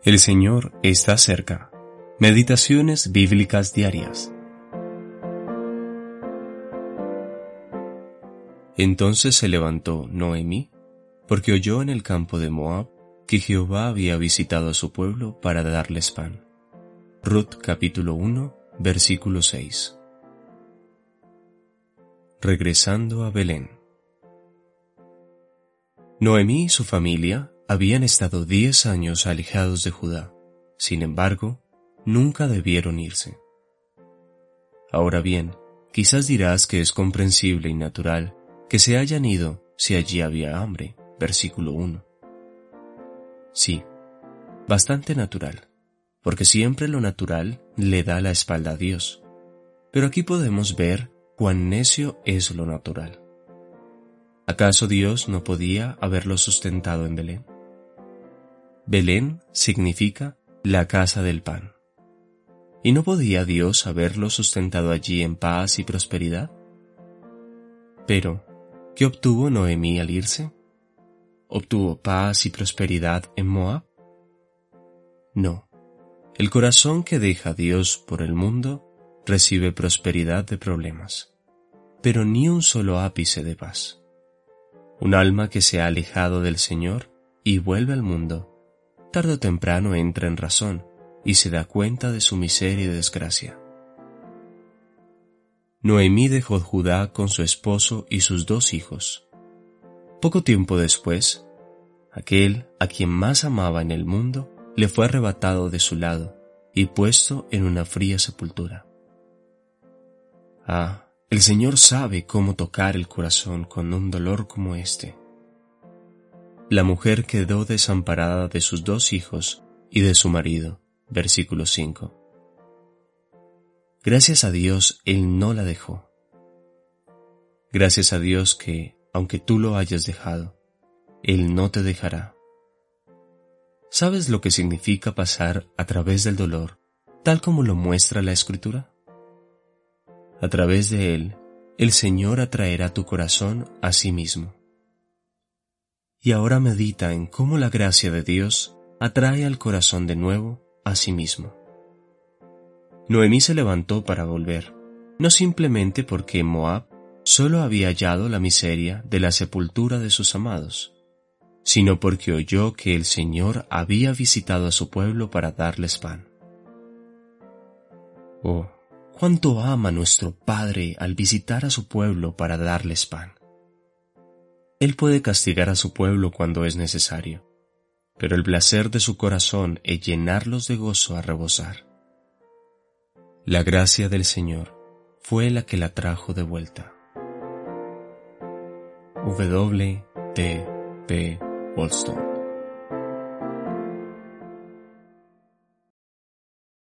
El Señor está cerca. Meditaciones bíblicas diarias. Entonces se levantó Noemí, porque oyó en el campo de Moab que Jehová había visitado a su pueblo para darles pan. Ruth capítulo 1, versículo 6. Regresando a Belén. Noemí y su familia habían estado 10 años alejados de Judá. Sin embargo, nunca debieron irse. Ahora bien, quizás dirás que es comprensible y natural que se hayan ido si allí había hambre. Versículo 1. Sí, bastante natural, porque siempre lo natural le da la espalda a Dios. Pero aquí podemos ver cuán necio es lo natural. ¿Acaso Dios no podía haberlo sustentado en Belén? Belén significa la casa del pan. ¿Y no podía Dios haberlo sustentado allí en paz y prosperidad? Pero, ¿qué obtuvo Noemí al irse? ¿Obtuvo paz y prosperidad en Moab? No. El corazón que deja Dios por el mundo recibe prosperidad de problemas, pero ni un solo ápice de paz. Un alma que se ha alejado del Señor y vuelve al mundo, tarde o temprano entra en razón y se da cuenta de su miseria y desgracia. Noemí dejó Judá con su esposo y sus 2 hijos. Poco tiempo después, aquel a quien más amaba en el mundo le fue arrebatado de su lado y puesto en una fría sepultura. El Señor sabe cómo tocar el corazón con un dolor como este. La mujer quedó desamparada de sus 2 hijos y de su marido. Versículo 5. Gracias a Dios, Él no la dejó. Gracias a Dios que, aunque tú lo hayas dejado, Él no te dejará. ¿Sabes lo que significa pasar a través del dolor, tal como lo muestra la Escritura? A través de él, el Señor atraerá tu corazón a sí mismo. Y ahora medita en cómo la gracia de Dios atrae al corazón de nuevo a sí mismo. Noemí se levantó para volver, no simplemente porque en Moab solo había hallado la miseria de la sepultura de sus amados, sino porque oyó que el Señor había visitado a su pueblo para darles pan. Oh, cuánto ama nuestro Padre al visitar a su pueblo para darles pan. Él puede castigar a su pueblo cuando es necesario, pero el placer de su corazón es llenarlos de gozo a rebosar. La gracia del Señor fue la que la trajo de vuelta. W. T. P. Wollstone.